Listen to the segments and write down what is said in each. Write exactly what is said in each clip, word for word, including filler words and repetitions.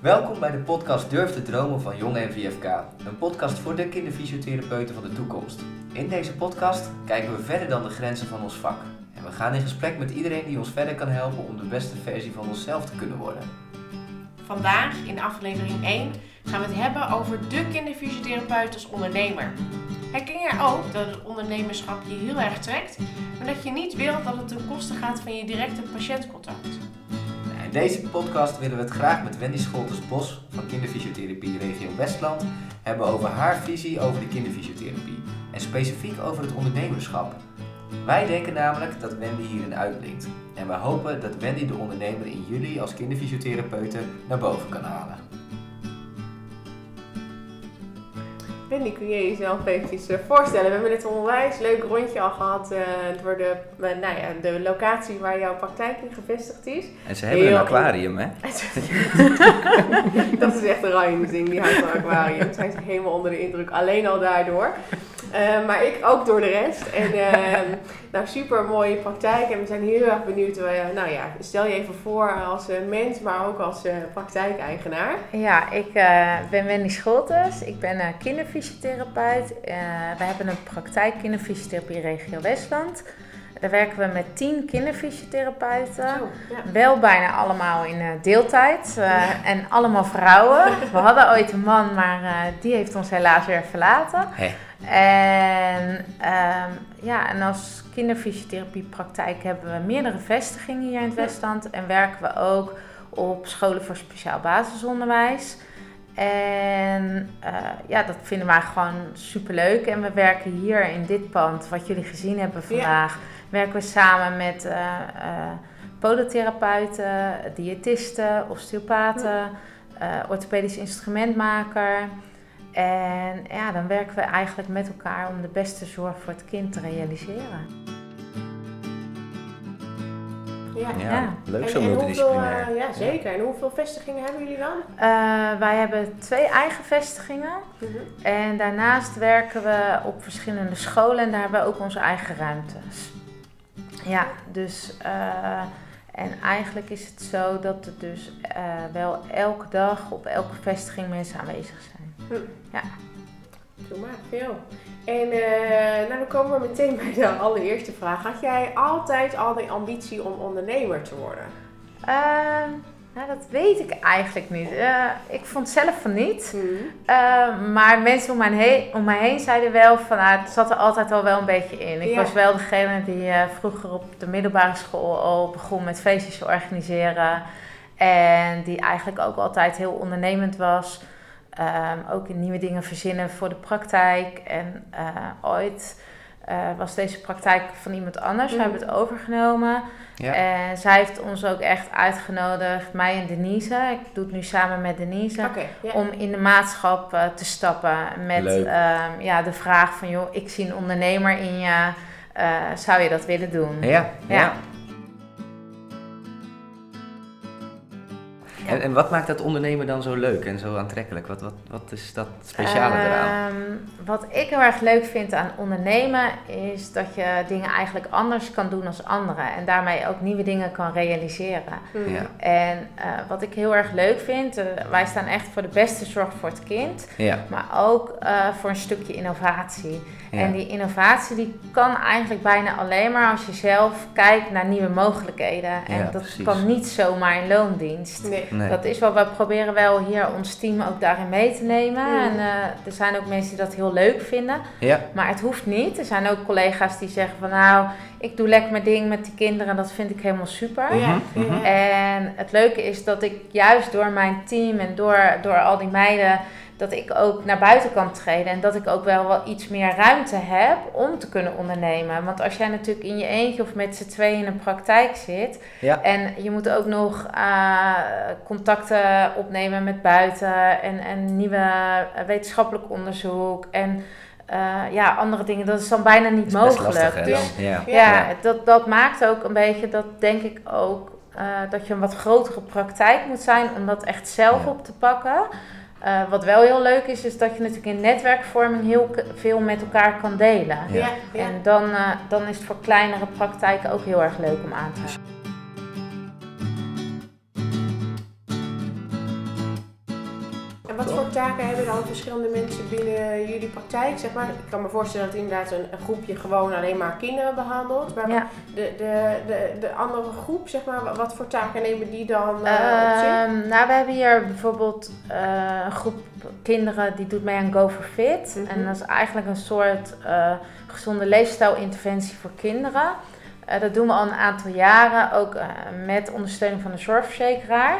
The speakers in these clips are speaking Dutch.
Welkom bij de podcast Durf te dromen van Jong N V F K. Een podcast voor de kinderfysiotherapeuten van de toekomst. In deze podcast kijken we verder dan de grenzen van ons vak. En we gaan in gesprek met iedereen die ons verder kan helpen om de beste versie van onszelf te kunnen worden. Vandaag, in aflevering één, gaan we het hebben over de kinderfysiotherapeut als ondernemer. Herken jij ook dat het ondernemerschap je heel erg trekt, maar dat je niet wilt dat het ten koste gaat van je directe patiëntcontact? In deze podcast willen we het graag met Wendy Scholters-Bos van Kinderfysiotherapie Regio Westland hebben over haar visie over de kinderfysiotherapie en specifiek over het ondernemerschap. Wij denken namelijk dat Wendy hierin uitblinkt en we hopen dat Wendy de ondernemer in jullie als kinderfysiotherapeuten naar boven kan halen. Wendy, kun je jezelf even voorstellen? We hebben net een onwijs leuk rondje al gehad uh, door de, uh, nou ja, de locatie waar jouw praktijk in gevestigd is. En ze hebben Heel een aquarium, hè? Dat is echt een Ryan ding, die houdt van aquarium. Zij is helemaal onder de indruk, alleen al daardoor. Uh, maar ik ook door de rest. En uh, nou, super mooie praktijk. En we zijn heel erg benieuwd. Uh, nou ja, stel je even voor als uh, mens, maar ook als uh, praktijkeigenaar. Ja, ik uh, ben Wendy Scholters. Ik ben uh, kinderfysiotherapeut. Uh, we hebben een praktijk kinderfysiotherapie Regio Westland. Daar werken we met tien kinderfysiotherapeuten. Zo, ja. Wel bijna allemaal in uh, deeltijd. Uh, ja. En allemaal vrouwen. We hadden ooit een man, maar uh, die heeft ons helaas weer verlaten. Hey. En, um, ja, en als kinderfysiotherapiepraktijk hebben we meerdere vestigingen hier in het Westland. En werken we ook op scholen voor speciaal basisonderwijs. En uh, ja, dat vinden wij gewoon superleuk. En we werken hier in dit pand, wat jullie gezien hebben vandaag, ja. werken we samen met uh, uh, podotherapeuten, diëtisten, osteopaten, uh, orthopedisch instrumentmaker. En ja, dan werken we eigenlijk met elkaar om de beste zorg voor het kind te realiseren. Ja, ja, ja. Leuk zo multidisciplinair. Uh, ja, zeker. En hoeveel vestigingen hebben jullie dan? Uh, wij hebben twee eigen vestigingen. Mm-hmm. En daarnaast werken we op verschillende scholen en daar hebben we ook onze eigen ruimtes. Ja, dus... Uh, En eigenlijk is het zo dat er dus uh, wel elke dag op elke vestiging mensen aanwezig zijn. Hm. Ja. Doe maar, veel. En uh, nou, dan komen we meteen bij de allereerste vraag. Had jij altijd al de ambitie om ondernemer te worden? Uh, nou, dat weet ik eigenlijk niet. Uh, ik vond zelf van niet. Mm. Uh, maar mensen om mij, heen, om mij heen zeiden wel van, nou, het zat er altijd al wel een beetje in. Ik ja. was wel degene die uh, vroeger op de middelbare school al begon met feestjes te organiseren. En die eigenlijk ook altijd heel ondernemend was. Um, ook in nieuwe dingen verzinnen voor de praktijk. En uh, ooit uh, was deze praktijk van iemand anders. Mm. We hebben het overgenomen. Ja. En zij heeft ons ook echt uitgenodigd, mij en Denise. Ik doe het nu samen met Denise. Okay, yeah. Om in de maatschap uh, te stappen. Met um, ja, de vraag van, joh, ik zie een ondernemer in je. Uh, zou je dat willen doen? Ja, ja. ja. En, en wat maakt dat ondernemen dan zo leuk en zo aantrekkelijk? Wat, wat, wat is dat speciale eraan? Um, wat ik heel erg leuk vind aan ondernemen is dat je dingen eigenlijk anders kan doen als anderen. En daarmee ook nieuwe dingen kan realiseren. Mm. Ja. En uh, wat ik heel erg leuk vind, uh, wij staan echt voor de beste zorg voor het kind. Ja. Maar ook uh, voor een stukje innovatie. Ja. En die innovatie die kan eigenlijk bijna alleen maar als je zelf kijkt naar nieuwe mogelijkheden. En ja, dat precies. kan niet zomaar in loondienst. Nee. Nee. Dat is wat we proberen wel hier ons team ook daarin mee te nemen. Mm. En uh, er zijn ook mensen die dat heel leuk vinden. Ja. Maar het hoeft niet. Er zijn ook collega's die zeggen van nou, ik doe lekker mijn ding met die kinderen. Dat vind ik helemaal super. Ja. Mm-hmm. En het leuke is dat ik juist door mijn team en door, door al die meiden, dat ik ook naar buiten kan treden. En dat ik ook wel, wel iets meer ruimte heb om te kunnen ondernemen. Want als jij natuurlijk in je eentje of met z'n tweeën in een praktijk zit. Ja. En je moet ook nog uh, contacten opnemen met buiten. En, en nieuwe wetenschappelijk onderzoek. En uh, ja, andere dingen. Dat is dan bijna niet dat is mogelijk. Lastig, dus ja, ja, ja. Dat, dat maakt ook een beetje, dat denk ik ook, uh, dat je een wat grotere praktijk moet zijn om dat echt zelf ja. op te pakken. Uh, wat wel heel leuk is, is dat je natuurlijk in netwerkvorming heel k- veel met elkaar kan delen. Ja. Ja. En dan, uh, dan is het voor kleinere praktijken ook heel erg leuk om aan te gaan. taken hebben dan verschillende mensen binnen jullie praktijk? Zeg maar, ik kan me voorstellen dat inderdaad een, een groepje gewoon alleen maar kinderen behandelt. Maar Ja. de, de, de, de andere groep, zeg maar, wat voor taken nemen die dan uh, op zich? Um, nou, we hebben hier bijvoorbeeld uh, een groep kinderen die doet mee aan Go for Fit. Mm-hmm. En dat is eigenlijk een soort uh, gezonde leefstijlinterventie voor kinderen. Uh, dat doen we al een aantal jaren, ook uh, met ondersteuning van de zorgverzekeraar.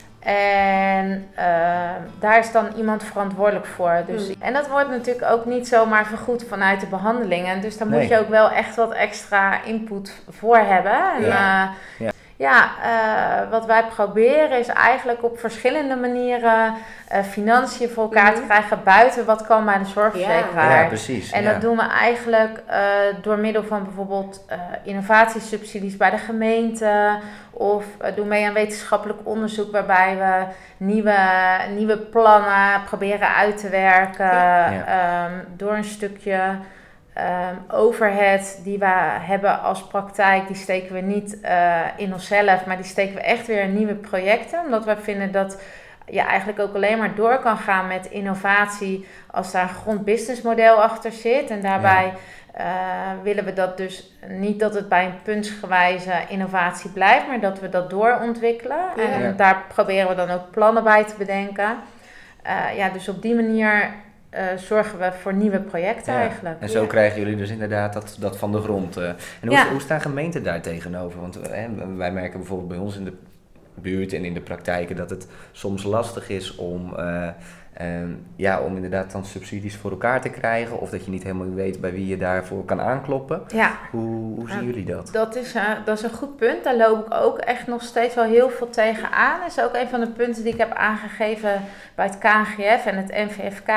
En uh, daar is dan iemand verantwoordelijk voor. Dus, mm. En dat wordt natuurlijk ook niet zomaar vergoed vanuit de behandelingen. Dus daar nee. moet je ook wel echt wat extra input voor hebben. En, ja. Uh, ja. Ja, uh, wat wij proberen is eigenlijk op verschillende manieren uh, financiën voor elkaar mm-hmm. te krijgen buiten wat kan bij de zorgverzekeraar. Ja, ja precies. En ja. dat doen we eigenlijk uh, door middel van bijvoorbeeld uh, innovatiesubsidies bij de gemeente. Of uh, doen mee aan wetenschappelijk onderzoek waarbij we nieuwe, nieuwe plannen proberen uit te werken. Ja. Um, door een stukje... Um, overhead die we hebben als praktijk, die steken we niet uh, in onszelf, maar die steken we echt weer in nieuwe projecten. Omdat we vinden dat je eigenlijk ook alleen maar door kan gaan met innovatie als daar een grondbusinessmodel achter zit. En daarbij ja. uh, willen we dat dus niet dat het bij een puntsgewijze innovatie blijft, maar dat we dat doorontwikkelen. Ja. En ja. daar proberen we dan ook plannen bij te bedenken. Uh, ja, dus op die manier... Uh, zorgen we voor nieuwe projecten ja, eigenlijk. En zo ja. krijgen jullie dus inderdaad dat, dat van de grond. Uh. En hoe, ja. hoe staan gemeenten daar tegenover? Want uh, wij merken bijvoorbeeld bij ons in de buurt en in de praktijken dat het soms lastig is om, uh, uh, ja, om inderdaad dan subsidies voor elkaar te krijgen. Of dat je niet helemaal weet bij wie je daarvoor kan aankloppen. Ja. Hoe, hoe zien uh, jullie dat? Dat is, uh, dat is een goed punt. Daar loop ik ook echt nog steeds wel heel veel tegen aan. Dat is ook een van de punten die ik heb aangegeven bij het K N G F en het N V F K.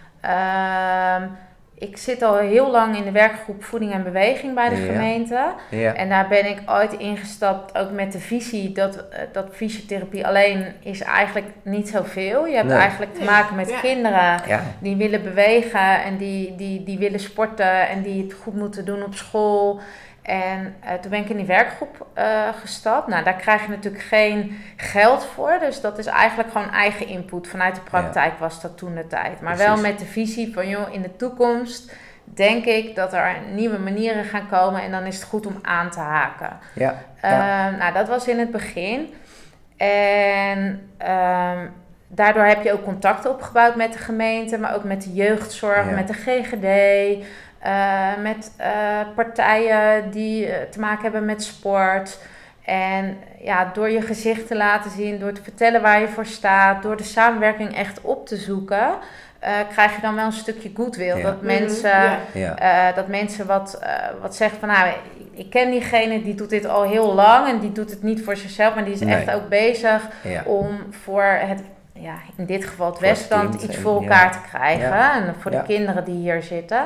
Uh, ik zit al heel lang in de werkgroep Voeding en Beweging bij de ja. gemeente. Ja. En daar ben ik ooit ingestapt, ook met de visie dat, uh, dat fysiotherapie alleen is eigenlijk niet zoveel. Je hebt nee. eigenlijk te maken met ja. kinderen ja. die willen bewegen en die, die, die willen sporten en die het goed moeten doen op school. En uh, toen ben ik in die werkgroep uh, gestapt. Nou, daar krijg je natuurlijk geen geld voor. Dus dat is eigenlijk gewoon eigen input. Vanuit de praktijk ja. was dat toen de tijd. Maar Precies. wel met de visie van, joh, in de toekomst denk ik dat er nieuwe manieren gaan komen. En dan is het goed om aan te haken. Ja. Uh, ja. Nou, dat was in het begin. En uh, daardoor heb je ook contacten opgebouwd met de gemeente. Maar ook met de jeugdzorg, ja. met de G G D... Uh, met uh, partijen die uh, te maken hebben met sport. En ja, door je gezicht te laten zien, door te vertellen waar je voor staat, door de samenwerking echt op te zoeken, uh, krijg je dan wel een stukje goodwill. Ja. Dat, mensen, ja. uh, dat mensen wat, uh, wat zeggen van, nou, ik ken diegene, die doet dit al heel lang en die doet het niet voor zichzelf, maar die is nee. echt ook bezig ja. om voor het, ja, in dit geval het Westland, iets voor elkaar ja. te krijgen. Ja. En voor ja. de kinderen die hier zitten.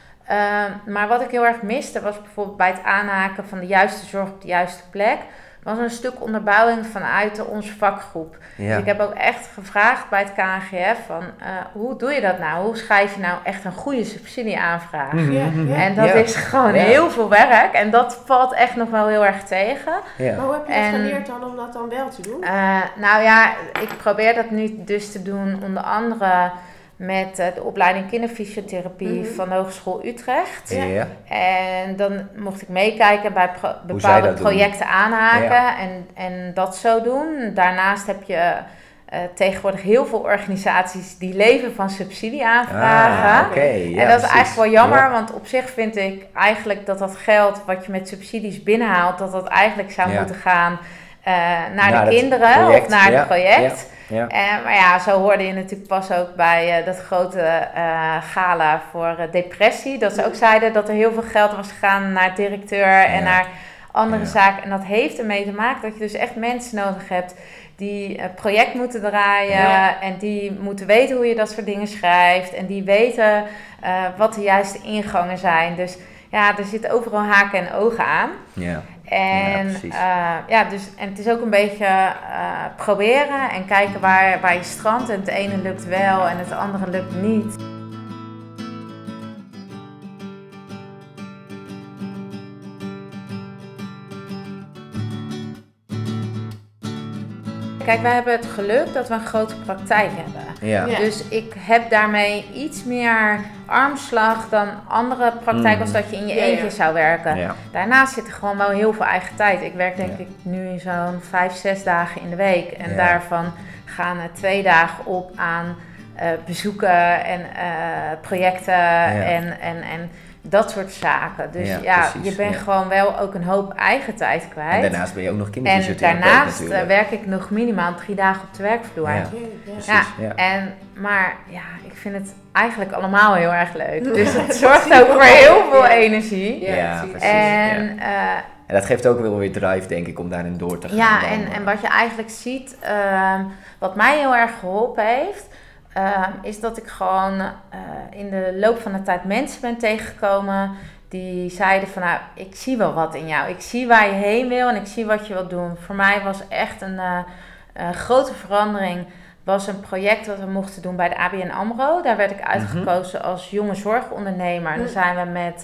Uh, maar wat ik heel erg miste was bijvoorbeeld bij het aanhaken van de juiste zorg op de juiste plek, was een stuk onderbouwing vanuit onze vakgroep. Ja. Dus ik heb ook echt gevraagd bij het K N G F van uh, hoe doe je dat nou? Hoe schrijf je nou echt een goede subsidieaanvraag? Mm-hmm. Ja, ja. En dat ja. is gewoon ja. heel veel werk en dat valt echt nog wel heel erg tegen. Ja. Maar hoe heb je en, dat geleerd dan om dat dan wel te doen? Uh, nou ja, ik probeer dat nu dus te doen onder andere met uh, de opleiding kinderfysiotherapie mm-hmm. van de Hogeschool Utrecht. Ja. En dan mocht ik meekijken bij pro- bepaalde projecten doen? aanhaken ja. en, en dat zo doen. Daarnaast heb je uh, tegenwoordig heel veel organisaties die leven van subsidieaanvragen. Ah, okay. ja, en dat is eigenlijk wel jammer, ja. want op zich vind ik eigenlijk dat dat geld wat je met subsidies binnenhaalt, dat dat eigenlijk zou ja. moeten gaan uh, naar, naar de kinderen project. of naar ja. het project. Ja. Ja. Uh, maar ja, zo hoorde je natuurlijk pas ook bij uh, dat grote uh, gala voor uh, depressie. Dat ze ook zeiden dat er heel veel geld was gegaan naar directeur ja. en naar andere ja. zaken. En dat heeft ermee te maken dat je dus echt mensen nodig hebt die een project moeten draaien. Ja. En die moeten weten hoe je dat soort dingen schrijft. En die weten uh, wat de juiste ingangen zijn. Dus ja, er zit overal haken en ogen aan. Ja. En, ja, uh, ja, dus, en het is ook een beetje uh, proberen en kijken waar, waar je strandt. En het ene lukt wel en het andere lukt niet. kijk, wij hebben het geluk dat we een grote praktijk hebben. Ja. Ja. Dus ik heb daarmee iets meer armslag dan andere praktijken Mm. als dat je in je Ja, eentje ja. zou werken. Ja. Daarnaast zit er gewoon wel heel veel eigen tijd. Ik werk denk Ja. ik nu zo'n vijf, zes dagen in de week. En Ja. daarvan gaan er twee dagen op aan uh, bezoeken en uh, projecten en, en, en dat soort zaken. Dus Ja, ja, precies, je bent ja. gewoon wel ook een hoop eigen tijd kwijt. En daarnaast ben je ook nog En kinderfysiotherapeut daarnaast uh, natuurlijk. werk ik nog minimaal drie dagen op de werkvloer. Ja. Ja. Precies, Ja, ja. En, maar ja, ik vind het eigenlijk allemaal heel erg leuk. Dus het zorgt ook voor heel veel Ja. energie. Ja, Ja, precies. precies. En uh, En dat geeft ook wel weer drive, denk ik, om daarin door te gaan. ja, dan, en, uh, en wat je eigenlijk ziet, uh, wat mij heel erg geholpen heeft, uh, is dat ik gewoon uh, in de loop van de tijd mensen ben tegengekomen die zeiden van nou, ik zie wel wat in jou. Ik zie waar je heen wil en ik zie wat je wilt doen. Voor mij was echt een uh, uh, grote verandering. Was een project dat we mochten doen bij de A B N AMRO. Daar werd ik uitgekozen mm-hmm. als jonge zorgondernemer. En dan zijn we met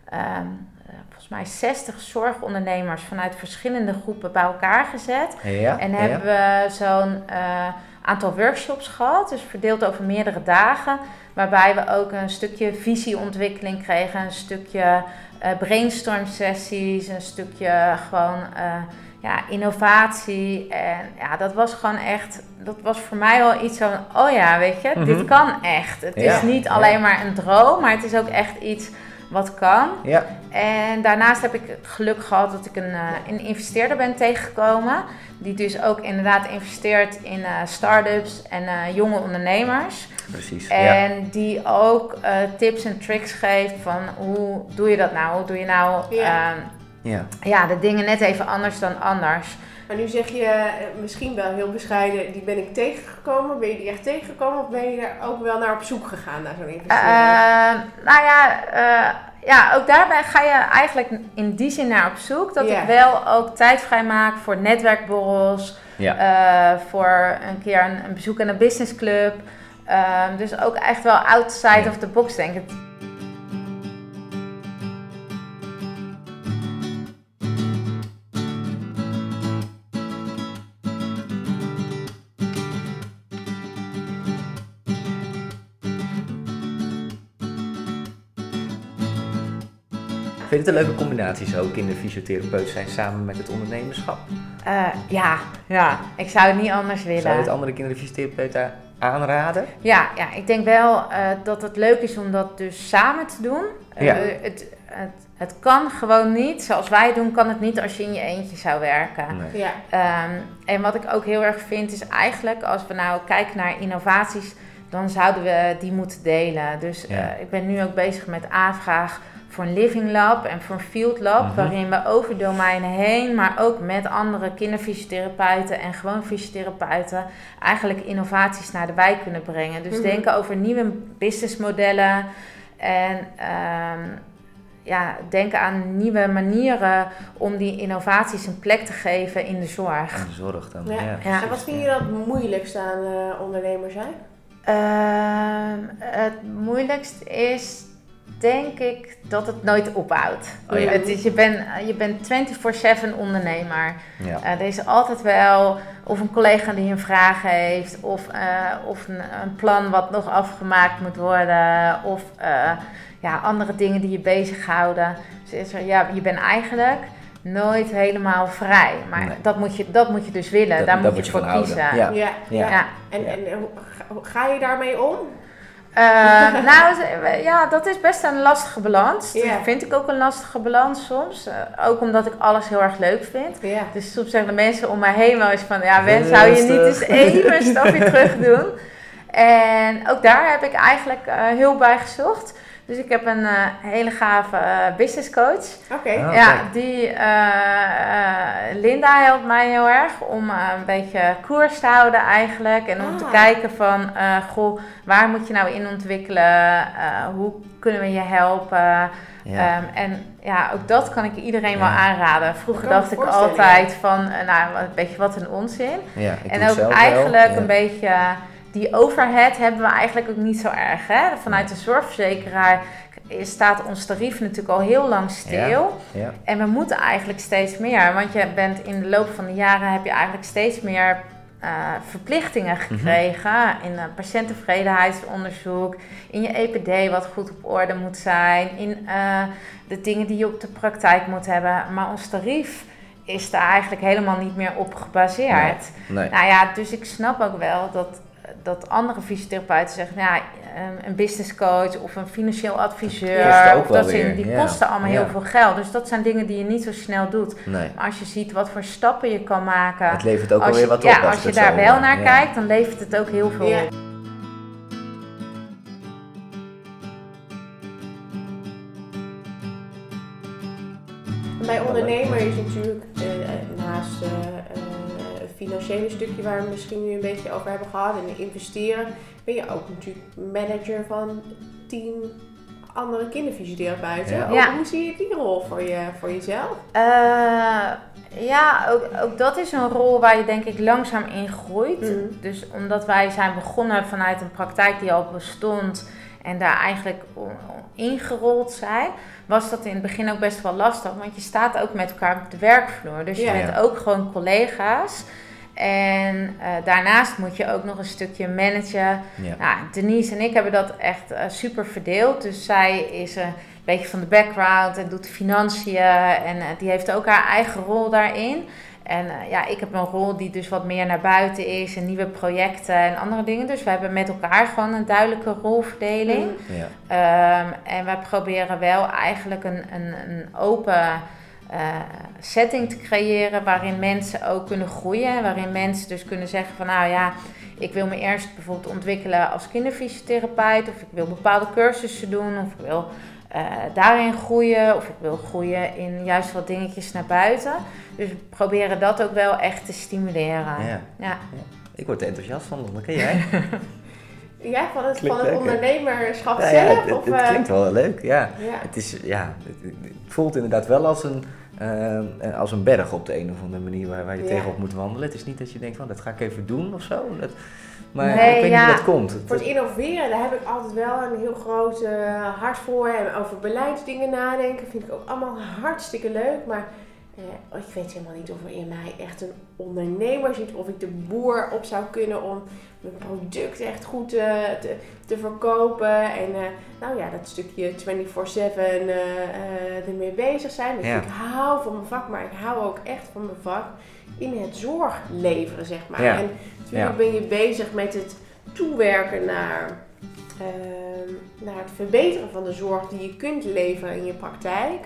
um, volgens mij zestig zorgondernemers vanuit verschillende groepen bij elkaar gezet. Ja, en ja. hebben we zo'n uh, aantal workshops gehad. Dus verdeeld over meerdere dagen. Waarbij we ook een stukje visieontwikkeling kregen. Een stukje uh, brainstorm sessies. Een stukje gewoon uh, ja, innovatie. En ja, dat was gewoon echt... Dat was voor mij wel iets van... Oh ja, weet je, mm-hmm. dit kan echt. Het ja, is niet alleen ja. maar een droom. Maar het is ook echt iets wat kan. Ja. En daarnaast heb ik het geluk gehad dat ik een, uh, een investeerder ben tegengekomen. Die dus ook inderdaad investeert in uh, start-ups en uh, jonge ondernemers. Precies, en ja. die ook uh, tips en tricks geeft van hoe doe je dat nou? Hoe doe je nou Ja. Uh, ja. ja, de dingen net even anders dan anders. Maar nu zeg je uh, misschien wel heel bescheiden, die ben ik tegengekomen. Ben je die echt tegengekomen of ben je er ook wel naar op zoek gegaan naar zo'n investeerder? Uh, nou ja, uh, ja, ook daarbij ga je eigenlijk in die zin naar op zoek. Dat ja. ik wel ook tijd vrij maak voor netwerkborrels. Ja. Uh, voor een keer een, een bezoek aan een businessclub. Uh, dus ook echt wel outside ja. of the box denken. Vind je het een leuke combinatie zo, kinderfysiotherapeut zijn samen met het ondernemerschap? Uh, ja, ja, ik zou het niet anders willen. Zou je het andere kinderfysiotherapeuten aanraden? Ja, ja, ik denk wel uh, dat het leuk is om dat dus samen te doen. Ja. Uh, het, het, het kan gewoon niet, zoals wij doen, kan het niet als je in je eentje zou werken. Nee. Ja. Um, en wat ik ook heel erg vind is eigenlijk, als we nou kijken naar innovaties, dan zouden we die moeten delen. Dus ja. uh, ik ben nu ook bezig met aanvraag voor een living lab en voor een field lab, mm-hmm. waarin we over domeinen heen, maar ook met andere kinderfysiotherapeuten en gewoon fysiotherapeuten eigenlijk innovaties naar de wijk kunnen brengen. Dus mm-hmm. denken over nieuwe businessmodellen en um, ja, denken aan nieuwe manieren om die innovaties een plek te geven in de zorg. In de zorg dan, ja. ja. Ja. En wat vind je dat moeilijkst aan uh, ondernemer zijn? Uh, het moeilijkst is denk ik dat het nooit ophoudt. Oh ja. Het is, je bent je bent vierentwintig zeven ondernemer. Ja. Uh, er is altijd wel of een collega die een vraag heeft, of, uh, of een, een plan wat nog afgemaakt moet worden, of uh, ja, andere dingen die je bezighouden. Dus is er, ja, je bent eigenlijk nooit helemaal vrij. Maar nee. dat, moet je, dat moet je dus willen. Dat, Daar moet dat je moet je voor van kiezen. houden. Ja. Ja. Ja. Ja. Ja. En, en hoe ga je daarmee om? Uh, nou, ja, dat is best een lastige balans. Dat yeah. vind ik ook een lastige balans soms. Uh, ook omdat ik alles heel erg leuk vind. Yeah. Dus soms zeggen de mensen om mij heen wel eens van... Ja, Wen, zou je niet eens even een stapje terug doen? En ook daar heb ik eigenlijk uh, hulp bij gezocht. Dus ik heb een uh, hele gave uh, business coach. Oké. Okay. Oh, ja, okay. die uh, uh, Linda helpt mij heel erg om uh, een beetje koers te houden eigenlijk. En om ah. te kijken van, uh, goh, waar moet je nou in ontwikkelen? Uh, hoe kunnen we je helpen? Ja. Um, en ja, ook dat kan ik iedereen ja. wel aanraden. Vroeger dacht ik altijd van, uh, nou, een beetje wat een onzin. Ja, en ook eigenlijk ja. een beetje... Die overhead hebben we eigenlijk ook niet zo erg. Hè? Vanuit de zorgverzekeraar staat ons tarief natuurlijk al heel lang stil. Ja, ja. En we moeten eigenlijk steeds meer. Want je bent in de loop van de jaren heb je eigenlijk steeds meer uh, verplichtingen gekregen mm-hmm. in een patiënttevredenheidsonderzoek, in je E P D wat goed op orde moet zijn, in uh, de dingen die je op de praktijk moet hebben. Maar ons tarief is daar eigenlijk helemaal niet meer op gebaseerd. Nee, nee. Nou ja, dus ik snap ook wel dat, dat andere fysiotherapeuten zeggen, nou ja, een business coach of een financieel adviseur, of dat zijn, die ja. kosten allemaal ja. heel veel geld. Dus dat zijn dingen die je niet zo snel doet. Nee. Maar als je ziet wat voor stappen je kan maken. Het levert ook alweer je, wat op. Ja, als, als je daar zo, wel naar ja. kijkt, dan levert het ook heel veel ja. op. Bij ondernemer is natuurlijk uh, naast uh, uh, het financiële stukje waar we misschien nu een beetje over hebben gehad en investeren, ben je ook natuurlijk manager van tien andere kinderfysiotherapeuten. Ja. Ook, Ja. Hoe zie je die rol voor, je, voor jezelf? Uh, ja, ook, ook dat is een rol waar je denk ik langzaam in groeit. Mm. Dus omdat wij zijn begonnen vanuit een praktijk die al bestond en daar eigenlijk ingerold zijn, was dat in het begin ook best wel lastig. Want je staat ook met elkaar op de werkvloer. Dus je ja. bent ook gewoon collega's. En uh, daarnaast moet je ook nog een stukje managen. Ja. Nou, Denise en ik hebben dat echt uh, super verdeeld. Dus zij is uh, een beetje van de background en doet de financiën. En uh, die heeft ook haar eigen rol daarin. En uh, ja, ik heb een rol die dus wat meer naar buiten is. En nieuwe projecten en andere dingen. Dus we hebben met elkaar gewoon een duidelijke rolverdeling. Mm. Ja. Um, en we proberen wel eigenlijk een, een, een open uh, setting te creëren waarin mensen ook kunnen groeien. Waarin mensen dus kunnen zeggen van nou ja, ik wil me eerst bijvoorbeeld ontwikkelen als kinderfysiotherapeut. Of ik wil bepaalde cursussen doen. Of ik wil uh, daarin groeien. Of ik wil groeien in juist wat dingetjes naar buiten. Dus we proberen dat ook wel echt te stimuleren. Ja. Ja. Ja. Ik word er enthousiast van, wat ken jij? Ja, van het, Klinkt van het leuk, ondernemerschap Ja, zelf? ja, het, of, het uh, klinkt wel leuk, ja. Ja. Het, is, ja het, het voelt inderdaad wel als een, uh, als een berg op de een of andere manier waar, waar je Ja. tegenop moet wandelen. Het is niet dat je denkt van dat ga ik even doen of zo. Dat, maar Nee, ik weet ja. niet hoe dat komt. Voor het innoveren, daar heb ik altijd wel een heel groot uh, hart voor. En over beleidsdingen nadenken vind ik ook allemaal hartstikke leuk. Maar uh, ik weet helemaal niet of er in mij echt een ondernemer zit. Of ik de boer op zou kunnen om mijn product echt goed uh, te, te verkopen. En uh, nou ja, dat stukje vierentwintig zeven uh, uh, ermee bezig zijn. Dus Ja. ik hou van mijn vak, maar ik hou ook echt van mijn vak in het zorg leveren, zeg maar. Ja. En natuurlijk ben je bezig met het toewerken naar, uh, naar het verbeteren van de zorg die je kunt leveren in je praktijk.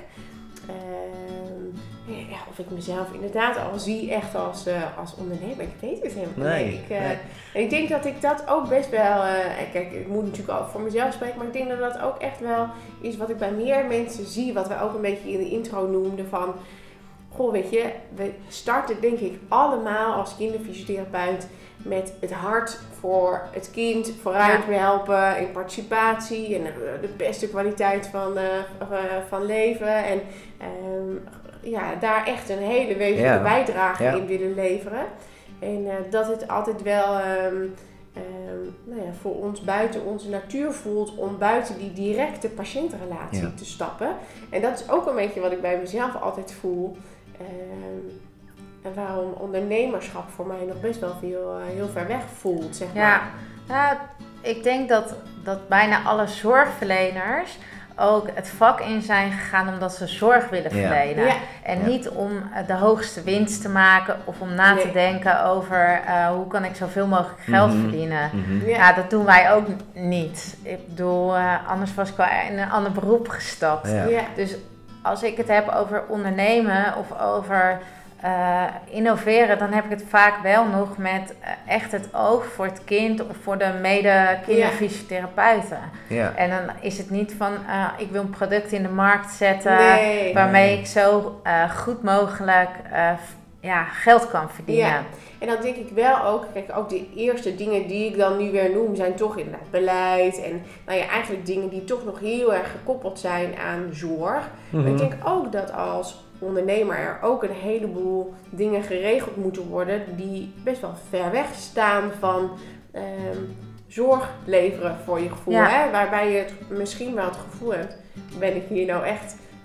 Uh, ja, of ik mezelf inderdaad al zie echt als, uh, als ondernemer, ik weet het helemaal Nee, niet. Ik, uh, nee. En ik denk dat ik dat ook best wel, uh, kijk, ik moet natuurlijk ook voor mezelf spreken, maar ik denk dat dat ook echt wel is wat ik bij meer mensen zie, wat we ook een beetje in de intro noemden van, goh, weet je, we starten denk ik allemaal als kinderfysiotherapeut met het hart voor het kind vooruit Ja. helpen in participatie en uh, de beste kwaliteit van, uh, uh, van leven. En um, ja, daar echt een hele wezenlijke Ja. bijdrage Ja. in willen leveren. En uh, dat het altijd wel um, um, nou ja, voor ons buiten onze natuur voelt om buiten die directe patiëntenrelatie Ja. te stappen. En dat is ook een beetje wat ik bij mezelf altijd voel. Um, en waarom ondernemerschap voor mij nog best wel veel, uh, heel ver weg voelt, zeg maar. Ja, nou, ik denk dat, dat bijna alle zorgverleners ook het vak in zijn gegaan omdat ze zorg willen Ja. verlenen. Ja. En Ja. niet om de hoogste winst te maken of om na te Nee. denken over uh, hoe kan ik zoveel mogelijk geld Mhm. verdienen. Mhm. Ja. Ja, dat doen wij ook niet. Ik bedoel, uh, anders was ik wel in een ander beroep gestapt. Ja. Ja. Dus als ik het heb over ondernemen of over uh, innoveren, dan heb ik het vaak wel nog met uh, echt het oog voor het kind of voor de mede-kinderfysiotherapeuten. Ja. En dan is het niet van, uh, ik wil een product in de markt zetten Nee. waarmee Nee. ik zo uh, goed mogelijk uh, f- ja, geld kan verdienen. Ja. En dan denk ik wel ook, kijk, ook de eerste dingen die ik dan nu weer noem, zijn toch inderdaad beleid. En nou ja, eigenlijk dingen die toch nog heel erg gekoppeld zijn aan zorg. Mhm. Maar ik denk ook dat als ondernemer er ook een heleboel dingen geregeld moeten worden die best wel ver weg staan van um, zorg leveren voor je gevoel. Ja. Hè? Waarbij je het misschien wel het gevoel hebt, ben ik hier nou echt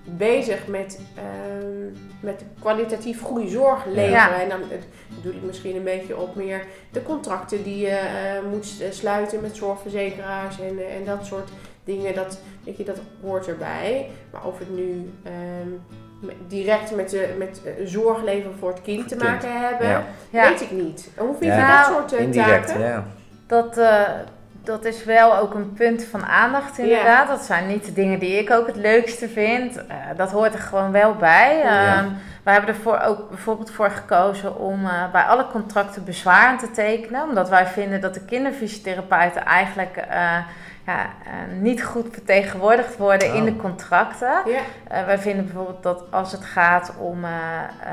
bezig met, um, met kwalitatief goede zorg leveren. Ja. En dan uh, doe ik misschien een beetje op meer de contracten die je uh, moet sluiten met zorgverzekeraars en, uh, en dat soort dingen. Dat, weet je, dat hoort erbij. Maar of het nu um, direct met, de, met uh, zorg leveren voor het kind te kind. maken hebben, Ja. weet ik niet. Hoe vind je Ja. dat soort uh, Indirect, taken? ja. Dat, uh, dat is wel ook een punt van aandacht inderdaad. Ja. Dat zijn niet de dingen die ik ook het leukste vind. Uh, dat hoort er gewoon wel bij. Ja. Um, we hebben er ook bijvoorbeeld voor gekozen om uh, bij alle contracten bezwaar aan te tekenen. Omdat wij vinden dat de kinderfysiotherapeuten eigenlijk uh, ja, uh, niet goed vertegenwoordigd worden oh. in de contracten. Ja. Uh, wij vinden bijvoorbeeld dat als het gaat om uh, uh,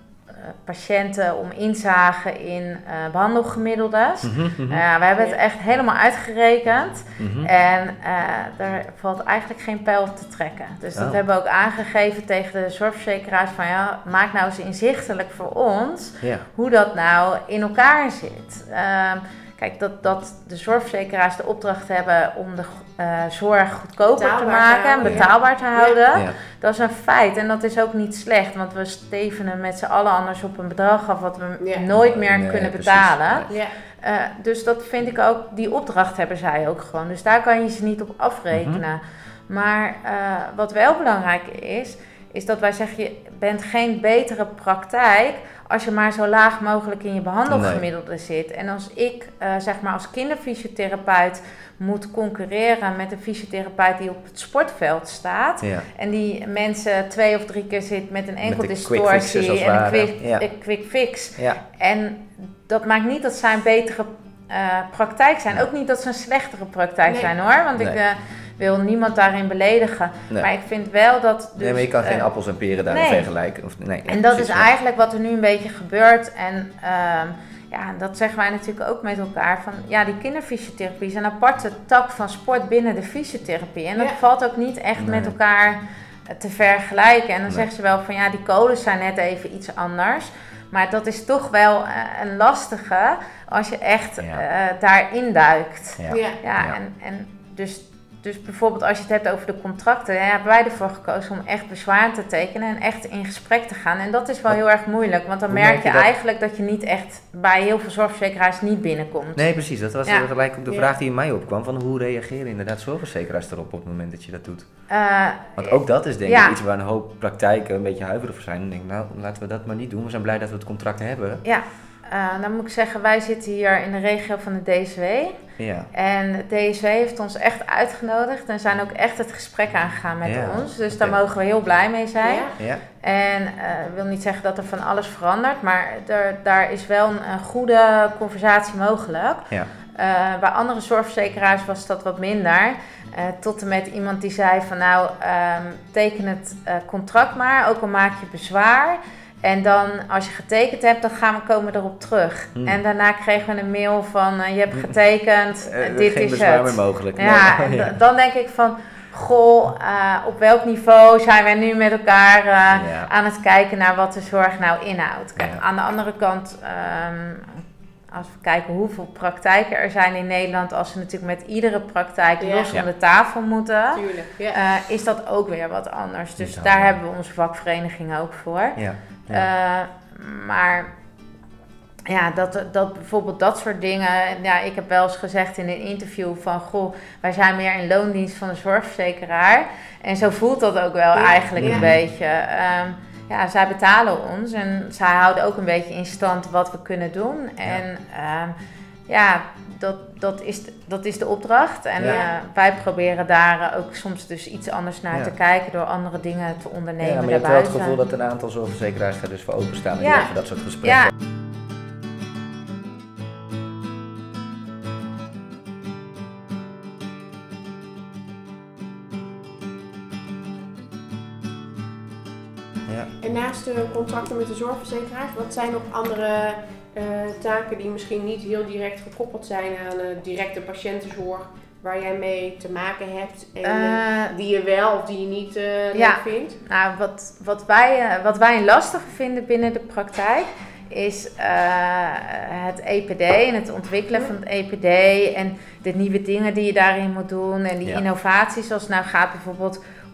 patiënten, om inzagen in uh, behandelgemiddeldes. Mm-hmm, mm-hmm. Uh, we hebben het echt helemaal uitgerekend. Mm-hmm. En uh, daar valt eigenlijk geen pijl op te trekken. Dus dat Oh. hebben we ook aangegeven tegen de zorgverzekeraars van ja, maak nou eens inzichtelijk voor ons Ja. hoe dat nou in elkaar zit. Uh, kijk, dat, dat de zorgverzekeraars de opdracht hebben om de uh, zorg goedkoper Betaalbaar te te maken en houden, betaalbaar te houden. Ja. Dat is een feit en dat is ook niet slecht, want we stevenen met z'n allen anders op een bedrag af wat we Ja. nooit meer Nee, kunnen precies. betalen. Ja. Uh, dus dat vind ik ook, die opdracht hebben zij ook gewoon. Dus daar kan je ze niet op afrekenen. Mm-hmm. Maar uh, wat wel belangrijk is, is dat wij zeggen, je bent geen betere praktijk als je maar zo laag mogelijk in je behandelgemiddelde nee. zit. En als ik, uh, zeg maar als kinderfysiotherapeut moet concurreren met een fysiotherapeut die op het sportveld staat. Ja. En die mensen twee of drie keer zit met een Met de quick enkeldistortie fixes als en een ware. quick, Ja. een quick fix. Ja. En dat maakt niet dat zij een betere uh, praktijk zijn. Nee. Ook niet dat ze een slechtere praktijk Nee. zijn hoor. Want Nee. ik uh, wil niemand daarin beledigen. Nee. Maar ik vind wel dat... Dus, nee, maar je kan geen uh, appels en peren daarin nee. vergelijken. Of, nee, en dat precies, is ja. eigenlijk wat er nu een beetje gebeurt. En um, ja, dat zeggen wij natuurlijk ook met elkaar. Van, ja, die kinderfysiotherapie is een aparte tak van sport binnen de fysiotherapie. En dat Ja. valt ook niet echt Nee. met elkaar te vergelijken. En dan Nee. zeggen ze wel van ja, die codes zijn net even iets anders. Maar dat is toch wel uh, een lastige als je echt Ja. uh, daarin duikt. Ja. Ja. Ja, Ja. en, en dus, dus bijvoorbeeld als je het hebt over de contracten, ja, hebben wij ervoor gekozen om echt bezwaar te tekenen en echt in gesprek te gaan. En dat is wel heel erg moeilijk, want dan Hoe merk merk je, je dat? eigenlijk dat je niet echt bij heel veel zorgverzekeraars niet binnenkomt. Nee, precies. Dat was Ja. gelijk ook de Ja. vraag die in mij opkwam. Van hoe reageren inderdaad zorgverzekeraars erop op het moment dat je dat doet? Uh, Want ook dat is denk ja. ik iets waar een hoop praktijken een beetje huiverig voor zijn. En denk ik, nou, laten we dat maar niet doen. We zijn blij dat we het contract hebben. Ja, uh, dan moet ik zeggen, wij zitten hier in de regio van de D S W. Ja. En de D S W heeft ons echt uitgenodigd en zijn ook echt het gesprek aangegaan met Ja, ons. Dus oké. daar mogen we heel blij mee zijn. Ja. Ja. En ik uh, wil niet zeggen dat er van alles verandert, maar er, daar is wel een, een goede conversatie mogelijk. Ja. Uh, bij andere zorgverzekeraars was dat wat minder. Uh, tot en met iemand die zei van nou, um, teken het uh, contract maar, ook al maak je bezwaar. En dan, als je getekend hebt, dan gaan we komen erop terug. Hmm. En daarna kregen we een mail van, uh, je hebt getekend, Uh, dit geen is bezwaar het. meer mogelijk. Ja, Nee. en ja. d- dan denk ik van, goh, uh, op welk niveau zijn wij nu met elkaar uh, Ja. aan het kijken naar wat de zorg nou inhoudt. Kijk, Ja. aan de andere kant, um, als we kijken hoeveel praktijken er zijn in Nederland, als ze natuurlijk met iedere praktijk Ja. los Ja. om de tafel moeten, Tuurlijk. Ja. uh, is dat ook weer wat anders. Dus Niet daar haalbaar. hebben we onze vakvereniging ook voor. Ja. Ja. Uh, maar ja, dat, dat bijvoorbeeld dat soort dingen. Ja, ik heb wel eens gezegd in een interview van goh, wij zijn meer in loondienst van de zorgverzekeraar. En zo voelt dat ook wel Ja, eigenlijk ja. een beetje. Um, ja, zij betalen ons en zij houden ook een beetje in stand wat we kunnen doen. Ja. En um, ja, dat, dat, is, dat is de opdracht. En Ja. uh, wij proberen daar uh, ook soms dus iets anders naar Ja. te kijken door andere dingen te ondernemen Ja, maar je hebt wel het daarbuiten. gevoel dat een aantal zorgverzekeraars daar dus voor openstaan en Ja. die over dat soort gesprekken. Ja. Ja. En naast de contracten met de zorgverzekeraars, wat zijn nog andere uh, taken die misschien niet heel direct gekoppeld zijn aan uh, directe patiëntenzorg, waar jij mee te maken hebt en uh, Uh, die je wel of die je niet uh, ja. leuk vindt? Nou, wat, wat, wij, uh, wat wij lastig vinden binnen de praktijk is uh, het E P D en het ontwikkelen van het E P D en de nieuwe dingen die je daarin moet doen en die Ja. innovaties, zoals het nou gaat bijvoorbeeld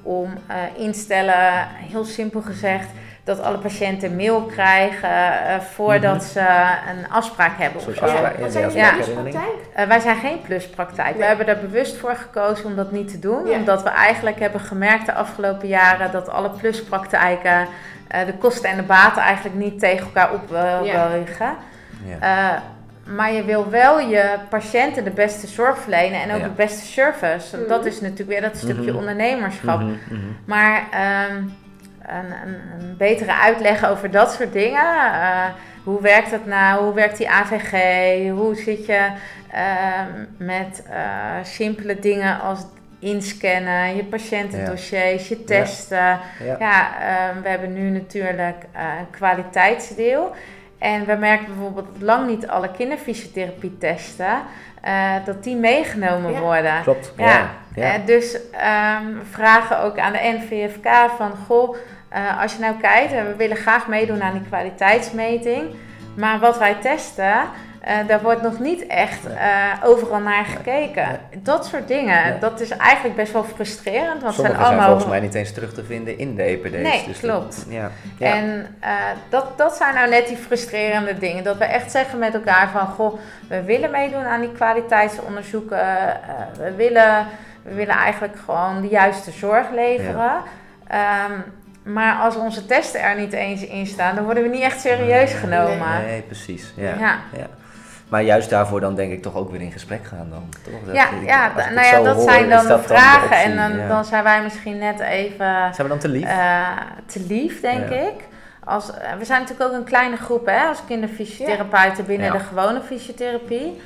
om uh, instellen, heel simpel gezegd, dat alle patiënten een mail krijgen uh, voordat mm-hmm. ze een afspraak hebben. Een soort of zo. afspraak, Wat zijn ja. jullie pluspraktijk? Uh, wij zijn geen pluspraktijk. Nee. We hebben er bewust voor gekozen om dat niet te doen. Ja. Omdat we eigenlijk hebben gemerkt de afgelopen jaren dat alle pluspraktijken uh, de kosten en de baten eigenlijk niet tegen elkaar opwegen. Uh, ja. uh, Maar je wil wel je patiënten de beste zorg verlenen en ook ja. de beste service. Mm-hmm. Dat is natuurlijk weer dat stukje mm-hmm. ondernemerschap. Mm-hmm. Mm-hmm. Maar um, een, een, een betere uitleg over dat soort dingen. Uh, hoe werkt dat nou? Hoe werkt die A V G? Hoe zit je uh, met uh, simpele dingen als inscannen, je patiëntendossiers, ja. je testen. Ja, ja. ja uh, we hebben nu natuurlijk uh, een kwaliteitsdeel. En we merken bijvoorbeeld dat lang niet alle kinderfysiotherapie testen, uh, dat die meegenomen ja. worden. Klopt. Ja. Ja. Ja. Uh, dus um, we vragen ook aan de N V F K van, goh, uh, als je nou kijkt, uh, we willen graag meedoen aan die kwaliteitsmeting, maar wat wij testen, uh, daar wordt nog niet echt uh, overal naar gekeken. Nee. Dat soort dingen, nee. dat is eigenlijk best wel frustrerend. Want Sommige zijn, zijn allemaal... volgens mij niet eens terug te vinden in de E P D's. Nee, dus klopt. Dat, ja. Ja. En uh, dat, dat zijn nou net die frustrerende dingen. Dat we echt zeggen met elkaar van, goh, we willen meedoen aan die kwaliteitsonderzoeken. Uh, we, willen, we willen eigenlijk gewoon de juiste zorg leveren. Ja. Um, Maar als onze testen er niet eens in staan, dan worden we niet echt serieus nee, genomen. Nee, nee precies. Ja, ja. ja. Maar juist daarvoor dan denk ik toch ook weer in gesprek gaan dan. Toch? Dat, ja, ik, ja, d- nou ja, dat hoor, zijn dan de vragen. Dan de en dan, ja. dan zijn wij misschien net even... Zijn we dan te lief? Uh, te lief, denk ja. ik. Als, uh, we zijn natuurlijk ook een kleine groep, hè, als kinderfysiotherapeuten ja. binnen ja. de gewone fysiotherapie.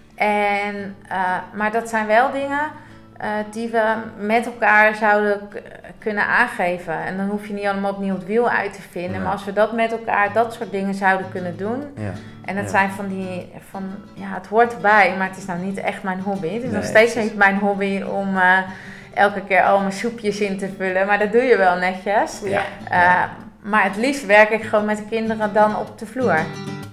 En, uh, maar dat zijn wel dingen... Uh, die we met elkaar zouden k- kunnen aangeven. En dan hoef je niet allemaal opnieuw het wiel uit te vinden. Ja. Maar als we dat met elkaar, dat soort dingen zouden kunnen doen. Ja. En het ja. zijn van die, van, ja, het hoort erbij, maar het is nou niet echt mijn hobby. Het is nee, nog steeds niet mijn hobby om uh, elke keer al mijn soepjes in te vullen. Maar dat doe je wel netjes. Ja. Uh, ja. Maar het liefst werk ik gewoon met de kinderen dan op de vloer. Ja.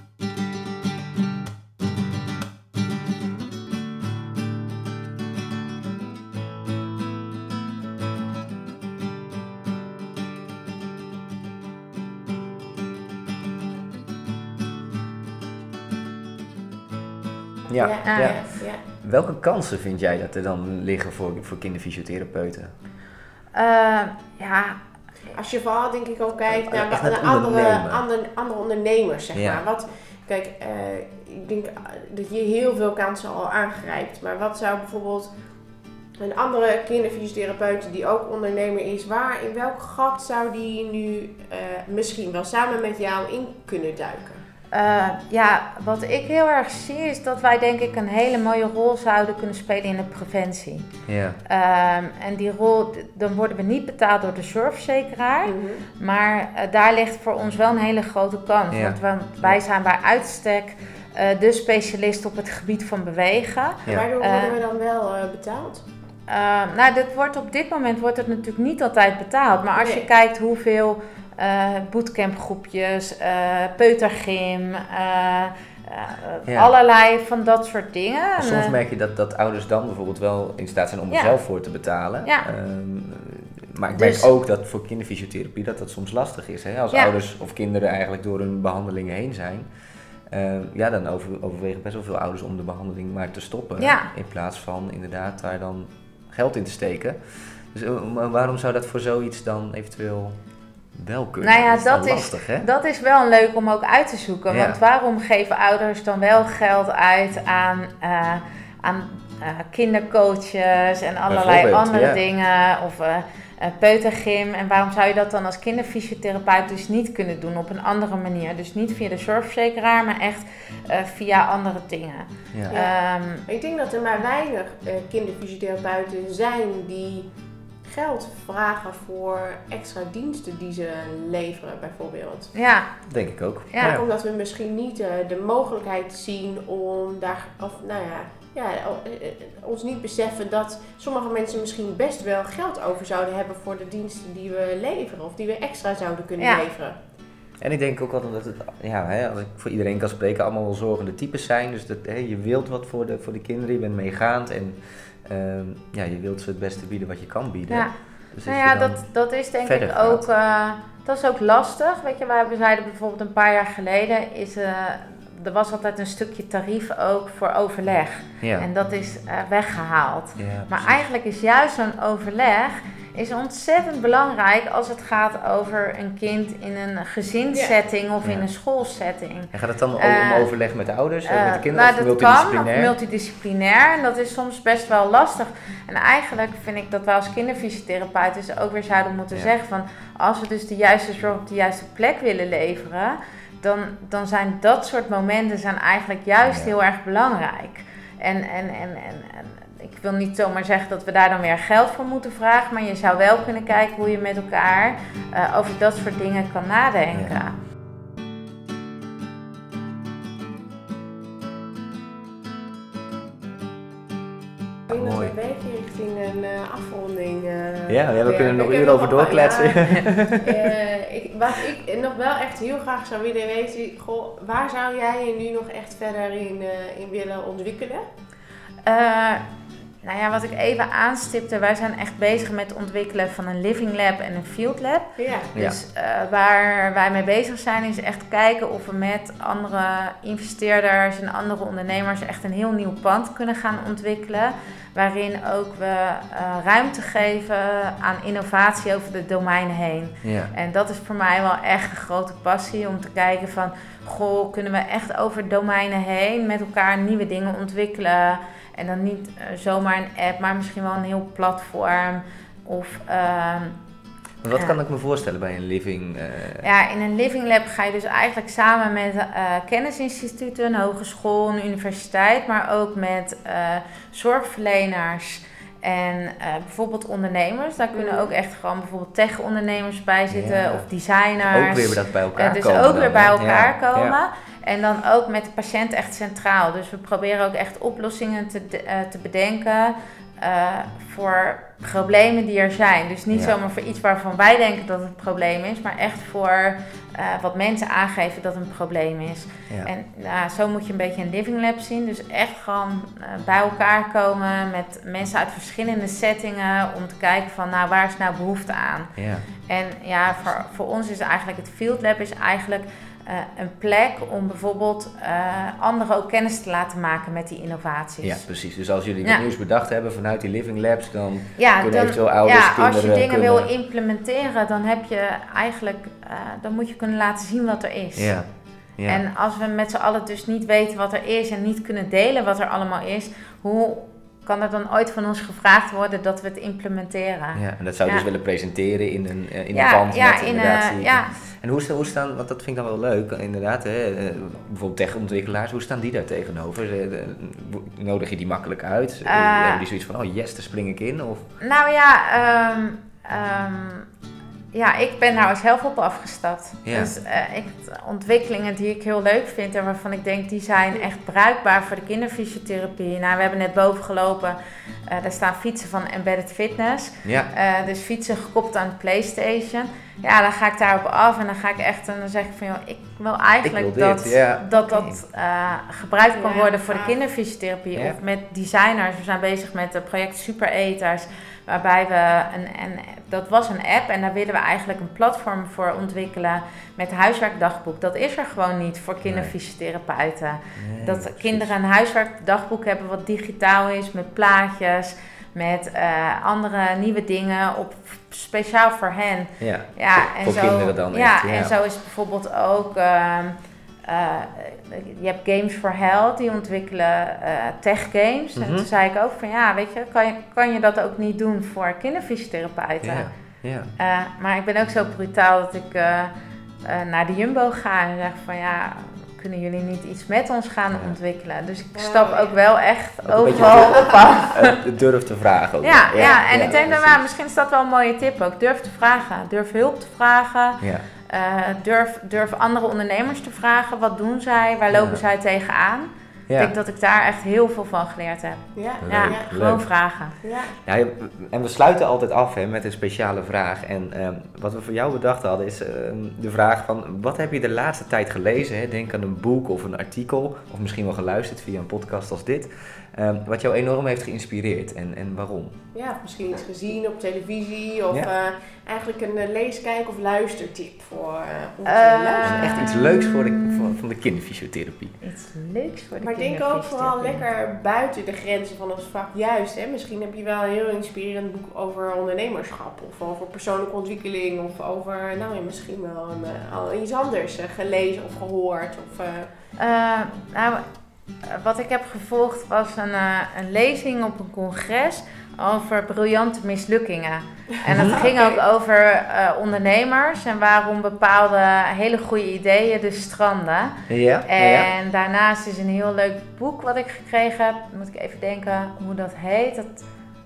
Ja, ja, ja. ja, ja. Welke kansen vind jij dat er dan liggen voor, voor kinderfysiotherapeuten? Uh, ja, als je vooral denk ik ook kijkt naar, naar, naar andere, andere, andere ondernemers, zeg ja. maar. Wat, kijk, uh, ik denk dat je heel veel kansen al aangrijpt. Maar wat zou bijvoorbeeld een andere kinderfysiotherapeut die ook ondernemer is, waar, in welk gat zou die nu uh, misschien wel samen met jou in kunnen duiken? Uh, ja, wat ik heel erg zie is dat wij denk ik een hele mooie rol zouden kunnen spelen in de preventie. Ja. Um, en die rol, dan worden we niet betaald door de zorgverzekeraar, mm-hmm. maar uh, daar ligt voor ons wel een hele grote kans. Ja. Want, want wij zijn bij uitstek uh, de specialist op het gebied van bewegen. Ja. Waardoor uh, worden we dan wel uh, betaald? Uh, nou, dit wordt op dit moment wordt het natuurlijk niet altijd betaald, maar als nee. je kijkt hoeveel... Uh, bootcampgroepjes, uh, peutergym, uh, uh, ja. allerlei van dat soort dingen. Maar soms merk je dat, dat ouders dan bijvoorbeeld wel in staat zijn om er ja. zelf voor te betalen. Ja. Um, maar ik dus, merk ook dat voor kinderfysiotherapie dat dat soms lastig is. Hè? Als ja. ouders of kinderen eigenlijk door hun behandelingen heen zijn. Uh, ja, dan over, overwegen best wel veel ouders om de behandeling maar te stoppen. Ja. In plaats van inderdaad daar dan geld in te steken. Dus uh, waarom zou dat voor zoiets dan eventueel... wel kunnen. Nou ja, dat is, dat, lastig, is, hè? dat is wel leuk om ook uit te zoeken. Ja. Want waarom geven ouders dan wel geld uit aan, uh, aan uh, kindercoaches en allerlei andere ja. dingen? Of uh, uh, peutergym. En waarom zou je dat dan als kinderfysiotherapeut dus niet kunnen doen op een andere manier? Dus niet via de zorgverzekeraar, maar echt uh, via andere dingen. Ja. Ja. Um, ik denk dat er maar weinig uh, kinderfysiotherapeuten zijn die... geld vragen voor extra diensten die ze leveren, bijvoorbeeld. Ja. Denk ik ook. Ja. Ja. Omdat we misschien niet uh, de mogelijkheid zien om daar, of nou ja, ja uh, uh, ons niet beseffen dat sommige mensen misschien best wel geld over zouden hebben voor de diensten die we leveren of die we extra zouden kunnen ja. leveren. En ik denk ook altijd dat het, ja, hè, als ik voor iedereen kan spreken, allemaal wel zorgende types zijn. Dus dat, hè, je wilt wat voor de, voor de kinderen, je bent meegaand en Um, ja, je wilt ze het beste bieden wat je kan bieden. Ja. Dus nou dat ja, je dan dat, dat is denk verder ik gaat. ook, uh, dat is ook lastig. Weet je, wij zeiden bijvoorbeeld een paar jaar geleden, is, uh, er was altijd een stukje tarief ook voor overleg. Ja. En dat is uh, weggehaald. Ja, maar precies. eigenlijk is juist zo'n overleg is ontzettend belangrijk als het gaat over een kind in een gezinssetting of Ja. in een schoolsetting. En gaat het dan Uh, om overleg met de ouders, uh, met de kinderen, nou, of dat multidisciplinair? kan, of multidisciplinair. En dat is soms best wel lastig. En eigenlijk vind ik dat wij als kinderfysiotherapeuten dus ook weer zouden moeten Ja. zeggen van, als we dus de juiste zorg op de juiste plek willen leveren, dan, dan zijn dat soort momenten zijn eigenlijk juist Ja. heel erg belangrijk. En, en, en, en, en ik wil niet zomaar zeggen dat we daar dan weer geld voor moeten vragen, maar je zou wel kunnen kijken hoe je met elkaar uh, over dat soort dingen kan nadenken. Ja. Ik denk dat we Mooi. een beetje richting een uh, afronding uh, Ja, ja, we werken. kunnen nog Ik heb uren over nog wel- doorkletsen. Ja, uh, ik, wat ik nog wel echt heel graag zou willen weten, goh, waar zou jij je nu nog echt verder in, uh, in willen ontwikkelen? Uh, nou ja, wat ik even aanstipte, wij zijn echt bezig met het ontwikkelen van een living lab en een field lab. Ja. Dus uh, waar wij mee bezig zijn is echt kijken of we met andere investeerders en andere ondernemers echt een heel nieuw pand kunnen gaan ontwikkelen. Waarin ook we uh, ruimte geven aan innovatie over de domeinen heen. Ja. En dat is voor mij wel echt een grote passie om te kijken van, goh, kunnen we echt over domeinen heen met elkaar nieuwe dingen ontwikkelen. En dan niet uh, zomaar een app, maar misschien wel een heel platform. Of, uh, Wat ja. kan ik me voorstellen bij een living? Uh... Ja, in een living lab ga je dus eigenlijk samen met uh, kennisinstituten, een hogeschool, een universiteit, maar ook met uh, zorgverleners en uh, bijvoorbeeld ondernemers. Daar kunnen ook echt gewoon bijvoorbeeld tech-ondernemers bij zitten Ja. of designers. Ook weer dat bij elkaar uh, dus komen. ook dan, weer bij hè? elkaar Ja. komen. Ja. En dan ook met de patiënt echt centraal. Dus we proberen ook echt oplossingen te, uh, te bedenken uh, voor problemen die er zijn. Dus niet Ja. zomaar voor iets waarvan wij denken dat het een probleem is, maar echt voor uh, wat mensen aangeven dat het een probleem is. Ja. En uh, zo moet je een beetje een living lab zien. Dus echt gewoon uh, bij elkaar komen met mensen uit verschillende settingen om te kijken van, nou, waar is nou behoefte aan? Ja. En ja, voor, voor ons is eigenlijk het field lab is eigenlijk Uh, een plek om bijvoorbeeld uh, anderen ook kennis te laten maken met die innovaties. Ja, precies. Dus als jullie Ja. wat nieuws bedacht hebben vanuit die living labs, dan Ja, kunnen dan, eventueel ouders, ja, kinderen als je dingen kunnen... wil implementeren, dan heb je eigenlijk, uh, dan moet je kunnen laten zien wat er is. Ja. Ja. En als we met z'n allen dus niet weten wat er is en niet kunnen delen wat er allemaal is, hoe kan er dan ooit van ons gevraagd worden dat we het implementeren? Ja, en dat zou je Ja. dus willen presenteren in een, uh, in Ja, een pand ja, met in, inderdaad... uh, zie ik. ja. En hoe, hoe staan, want dat vind ik dan wel leuk, inderdaad, hè, uh, bijvoorbeeld techontwikkelaars, hoe staan die daar tegenover? Uh, uh, nodig je die makkelijk uit? Uh, Uh, hebben die zoiets van, oh yes, daar spring ik in? Of? Nou ja, um, um, ja, ik ben nou zelf op afgestapt. Ja. Dus uh, ik, ontwikkelingen die ik heel leuk vind en waarvan ik denk die zijn echt bruikbaar voor de kinderfysiotherapie. Nou, we hebben net boven gelopen, uh, daar staan fietsen van Embedded Fitness. Ja. Uh, dus fietsen gekoppeld aan de PlayStation. Ja, dan ga ik daarop af en dan ga ik echt en dan zeg ik van, joh, ik wil eigenlijk Ik wil dit, dat ja. dat, dat uh, gebruikt kan Ja, worden voor de gaaf. kinderfysiotherapie. Ja. Of met designers. We zijn bezig met het project Supereters. Waarbij we, een, een, dat was een app en daar willen we eigenlijk een platform voor ontwikkelen met huiswerkdagboek. Dat is er gewoon niet voor kinderfysiotherapeuten. Nee, Dat precies. kinderen een huiswerkdagboek hebben wat digitaal is, met plaatjes, met uh, andere nieuwe dingen, op, speciaal voor hen. Ja. Ja, en Voor zo, kinderen dan ja, echt, ja. en zo is het bijvoorbeeld ook, uh, uh, je hebt Games for Health, die ontwikkelen uh, tech games. Mhm. En toen zei ik ook van, ja, weet je, kan je, kan je dat ook niet doen voor kinderfysiotherapeuten? Ja. Ja. Uh, maar ik ben ook zo brutaal dat ik uh, uh, naar de Jumbo ga en zeg van, ja, kunnen jullie niet iets met ons gaan Ja. ontwikkelen? Dus ik Ja, stap ja. ook wel echt Ook een overal beetje- op af. Uh, durf te vragen ook. Ja, wel. ja, en ik denk dat precies. maar, misschien is dat wel een mooie tip ook. Durf te vragen. Durf hulp te vragen. Ja. Uh, durf, durf andere ondernemers te vragen. Wat doen zij? Waar lopen Ja. zij tegenaan? Ja. Ik denk dat ik daar echt heel veel van geleerd heb. Ja, Leuk, Ja, ja, gewoon leuk. vragen. ja. Ja, en we sluiten altijd af hè, met een speciale vraag. En um, wat we voor jou bedacht hadden is um, de vraag van... Wat heb je de laatste tijd gelezen? Hè? Denk aan een boek of een artikel. Of misschien wel geluisterd via een podcast als dit. Um, wat jou enorm heeft geïnspireerd en, en waarom? Ja, misschien iets gezien op televisie of Ja. uh, eigenlijk een uh, lees, kijk of luistertip voor uh, onze Uh, luisteraars. Echt iets leuks voor de, voor, van de kinderfysiotherapie. Iets leuks voor de Maar ik denk ook vooral kinderfysiotherapie. lekker buiten de grenzen van ons vak juist. Hè? Misschien heb je wel een heel inspirerend boek over ondernemerschap of over persoonlijke ontwikkeling of over, nou ja, misschien wel een, uh, al iets anders uh, gelezen of gehoord. Of, uh... Uh, nou, wat ik heb gevolgd was een, uh, een lezing op een congres over briljante mislukkingen. En het ging Okay. ook over uh, ondernemers en waarom bepaalde hele goede ideeën dus stranden. Ja, En ja. daarnaast is een heel leuk boek wat ik gekregen heb. Moet ik even denken hoe dat heet. Dat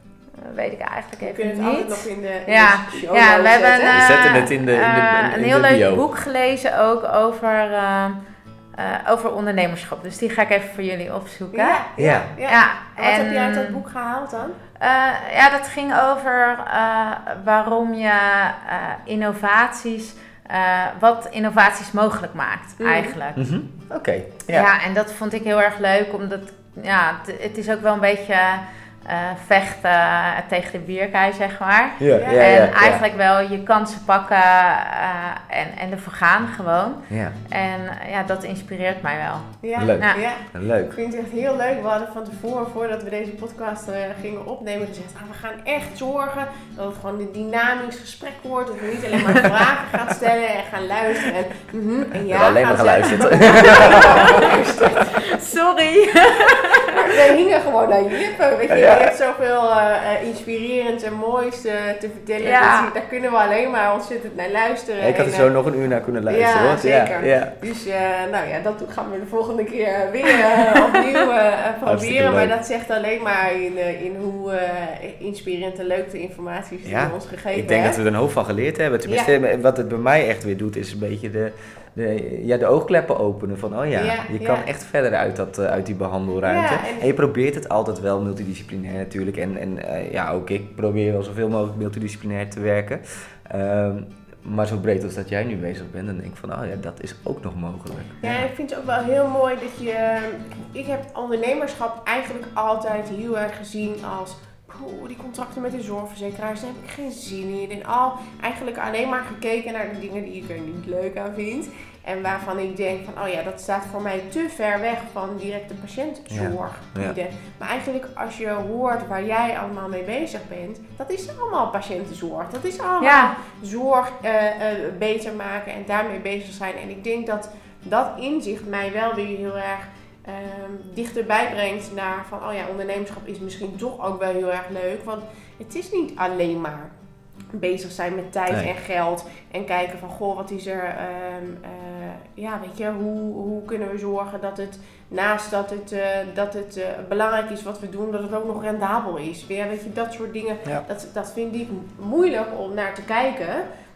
weet ik eigenlijk We even kunnen het niet. altijd nog in de, in Ja, de show ja, we notes hebben zetten. uh, We zetten het in de- in de- uh, in een de heel leuk bio. boek gelezen ook over, uh, uh, over ondernemerschap. Dus die ga ik even voor jullie opzoeken. Ja, ja, Ja. ja. Ja, En wat en- heb je uit dat boek gehaald dan? Uh, ja, dat ging over uh, waarom je uh, innovaties, uh, wat innovaties mogelijk maakt Mm. eigenlijk. Mm-hmm. Oké, okay. Ja. ja. en dat vond ik heel erg leuk, omdat ja, het, het is ook wel een beetje uh, vechten uh, tegen de bierkei, zeg maar. Ja, Ja. ja, en ja, ja. eigenlijk wel je kansen pakken uh, en, en ervoor gaan gewoon. Ja, En uh, ja, dat inspireert mij wel. Ja, Leuk. Ja. Ja. leuk. Ik vind het echt heel leuk. We hadden van tevoren, voordat we deze podcast uh, gingen opnemen, gezegd: ah, we gaan echt zorgen dat het gewoon een dynamisch gesprek wordt. Dat we niet alleen maar vragen gaan stellen en gaan luisteren. En, mm-hmm, en ja, We hebben alleen maar gaan zeggen. geluisterd. Sorry! Maar we hingen gewoon aan je lippen. Weet je, Ja. je hebt zoveel uh, uh, inspirerends en moois uh, te vertellen. Ja. Dus daar kunnen we alleen maar ontzettend naar luisteren. Ik had er En, zo uh, nog een uur naar kunnen luisteren. Ja, hoor. zeker. Ja, ja. Dus uh, nou ja, dat gaan we de volgende keer weer uh, opnieuw uh, proberen. Maar leuk. dat zegt alleen maar in, uh, in hoe uh, inspirerend en leuk de informatie is die Ja, je ons gegeven Ik denk hebt. dat we er een hoop van geleerd hebben. Tenminste, wat het bij mij echt weer doet, is een beetje de, de, ja, de oogkleppen openen. Van, oh ja, Ja, je ja. kan echt verder uit, dat, uh, uit die behandelruimte. Ja, en- en je probeert het altijd wel multidisciplinair natuurlijk. En, en uh, ja, ook ik probeer wel zoveel mogelijk multidisciplinair te werken. Um, maar zo breed als dat jij nu bezig bent, dan denk ik van, oh ja, dat is ook nog mogelijk. Ja, ik vind het ook wel heel mooi dat je... Ik heb ondernemerschap eigenlijk altijd heel erg gezien als... Poeh, die contracten met de zorgverzekeraars, daar heb ik geen zin in. En al eigenlijk alleen maar gekeken naar de dingen die ik er niet leuk aan vind. En waarvan ik denk van, oh ja, dat staat voor mij te ver weg van directe patiëntzorg bieden. Ja. Maar eigenlijk als je hoort waar jij allemaal mee bezig bent, dat is allemaal patiëntenzorg. Dat is allemaal Ja. zorg uh, uh, beter maken en daarmee bezig zijn. En ik denk dat dat inzicht mij wel weer heel erg um, dichterbij brengt naar van, oh ja, ondernemerschap is misschien toch ook wel heel erg leuk. Want het is niet alleen maar bezig zijn met tijd Nee. en geld en kijken van, goh, wat is er, um, uh, ja, weet je, hoe, hoe kunnen we zorgen dat het, naast dat het, uh, dat het uh, belangrijk is wat we doen, dat het ook nog rendabel is. Ja, weet je, dat soort dingen, Ja. dat, dat vind ik moeilijk om naar te kijken.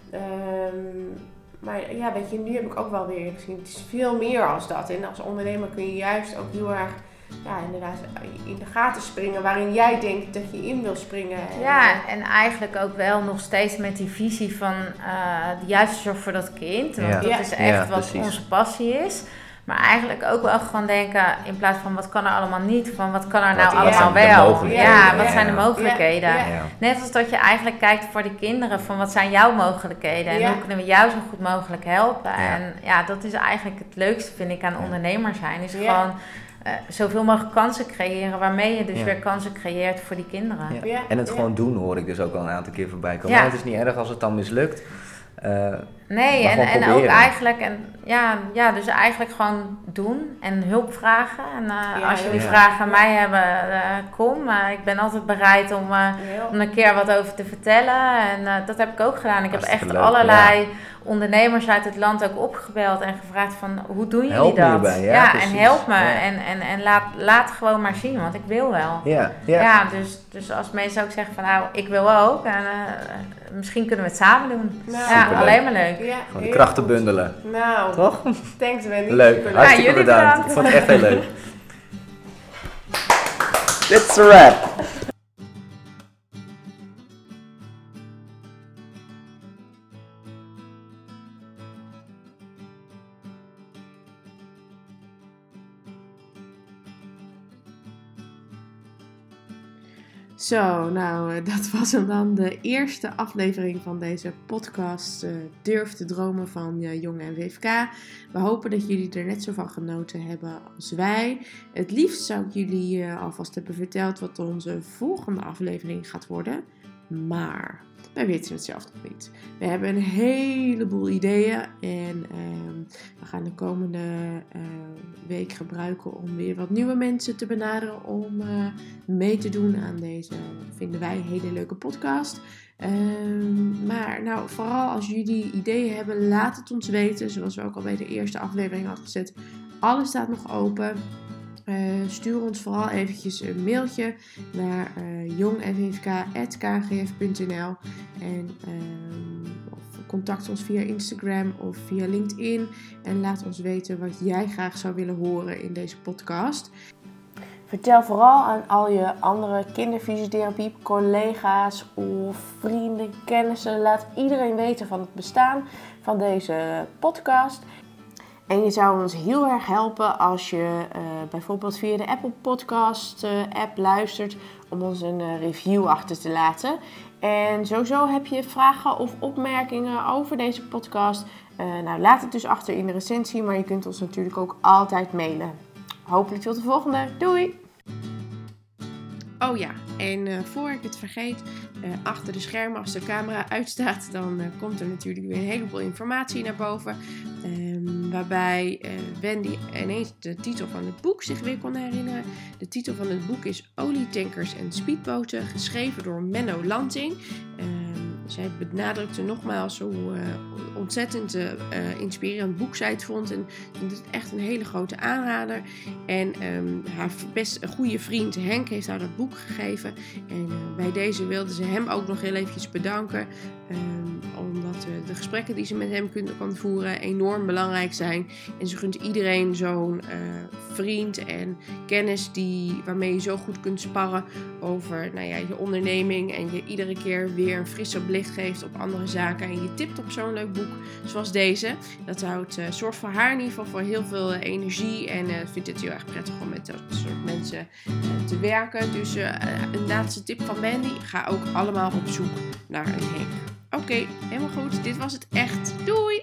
Um, maar ja, weet je, nu heb ik ook wel weer gezien, het is veel meer als dat. En als ondernemer kun je juist ook heel erg, ja, inderdaad, in de gaten springen waarin jij denkt dat je in wil springen. Ja, en eigenlijk ook wel nog steeds met die visie van uh, de juiste zorg voor dat kind. Want Ja. dat Ja. is echt Ja, wat precies. onze passie is. Maar eigenlijk ook wel gewoon denken, in plaats van wat kan er allemaal niet, van wat kan er Wat- nou wat allemaal zijn de wel. mogelijkheden? Ja, wat Ja. zijn de mogelijkheden. Ja. Ja. Net als dat je eigenlijk kijkt voor de kinderen, van wat zijn jouw mogelijkheden en Ja. hoe kunnen we jou zo goed mogelijk helpen. Ja. En ja, dat is eigenlijk het leukste, vind ik, aan Ja. ondernemer zijn. Is Ja. gewoon uh, zoveel mogelijk kansen creëren, waarmee je dus Ja. weer kansen creëert voor die kinderen. Ja. Ja. En het Ja. gewoon doen hoor ik dus ook al een aantal keer voorbij komen. Ja. Maar het is niet erg als het dan mislukt. Uh, Nee, Maar en, gewoon en ook proberen. eigenlijk, en, ja, ja, dus eigenlijk gewoon doen en hulp vragen. En uh, Ja, als jullie ja. vragen aan mij hebben, uh, kom. Uh, ik ben altijd bereid om, uh, Heel. om een keer wat over te vertellen. En uh, dat heb ik ook gedaan. Ik heb Hartstikke echt leuk, allerlei ondernemers uit het land ook opgebeld en gevraagd van, hoe doen jullie Help me dat? hierbij, ja, en precies. help me. Ja. En, en, en laat, laat gewoon maar zien, want ik wil wel. ja, ja. Ja, dus, dus als mensen ook zeggen van, nou, ik wil ook. En uh, misschien kunnen we het samen doen. Nou, ja, superleuk. alleen maar leuk. Ja, Gewoon de heel krachten goed. bundelen. Nou, Toch? thanks Wendy. Leuk, Superleuk. hartstikke jullie bedankt. bedankt. Ik vond het echt heel leuk. It's a wrap. Zo, nou, dat was hem dan, de eerste aflevering van deze podcast uh, Durf te dromen van uh, Jong N V F K. We hopen dat jullie er net zo van genoten hebben als wij. Het liefst zou ik jullie uh, alvast hebben verteld wat onze volgende aflevering gaat worden. Maar wij weten het zelf nog niet. We hebben een heleboel ideeën en uh, we gaan de komende uh, week gebruiken om weer wat nieuwe mensen te benaderen om uh, mee te doen aan deze, vinden wij, hele leuke podcast. Uh, maar nou, vooral als jullie ideeën hebben, laat het ons weten. Zoals we ook al bij de eerste aflevering hadden gezet. Alles staat nog open. Uh, stuur ons vooral eventjes een mailtje naar uh, jong n v f k apenstaartje k g f punt n l en uh, of contact ons via Instagram of via LinkedIn en laat ons weten wat jij graag zou willen horen in deze podcast. Vertel vooral aan al je andere kinderfysiotherapie collega's of vrienden, kennissen. Laat iedereen weten van het bestaan van deze podcast. En je zou ons heel erg helpen als je uh, bijvoorbeeld via de Apple Podcast uh, app luistert om ons een uh, review achter te laten. En sowieso heb je vragen of opmerkingen over deze podcast. Uh, nou, laat het dus achter in de recensie, maar je kunt ons natuurlijk ook altijd mailen. Hopelijk tot de volgende. Doei! Oh ja, en uh, voor ik het vergeet, uh, achter de schermen als de camera uitstaat, dan uh, komt er natuurlijk weer een heleboel informatie naar boven. Um, waarbij uh, Wendy ineens de titel van het boek zich weer kon herinneren. De titel van het boek is Olietankers en Speedboten, geschreven door Menno Lanting. Um, zij benadrukte nogmaals hoe uh, ontzettend uh, inspirerend boek zij het vond. En het is echt een hele grote aanrader. En um, haar best een goede vriend Henk heeft haar dat boek gegeven. En uh, bij deze wilde ze hem ook nog heel eventjes bedanken. Um, omdat uh, de gesprekken die ze met hem kunt, kan voeren enorm belangrijk zijn. En ze gunt iedereen zo'n uh, vriend en kennis die, waarmee je zo goed kunt sparren over nou ja, je onderneming. En je iedere keer weer een frisse blik geeft op andere zaken. En je tipt op zo'n leuk boek zoals deze. Dat houdt, uh, zorgt voor haar in ieder geval voor heel veel uh, energie. En uh, vindt het heel erg prettig om met dat soort mensen uh, te werken. Dus uh, een laatste tip van Wendy. Ga ook allemaal op zoek naar een Henk. Oké, okay, helemaal goed. Dit was het echt. Doei!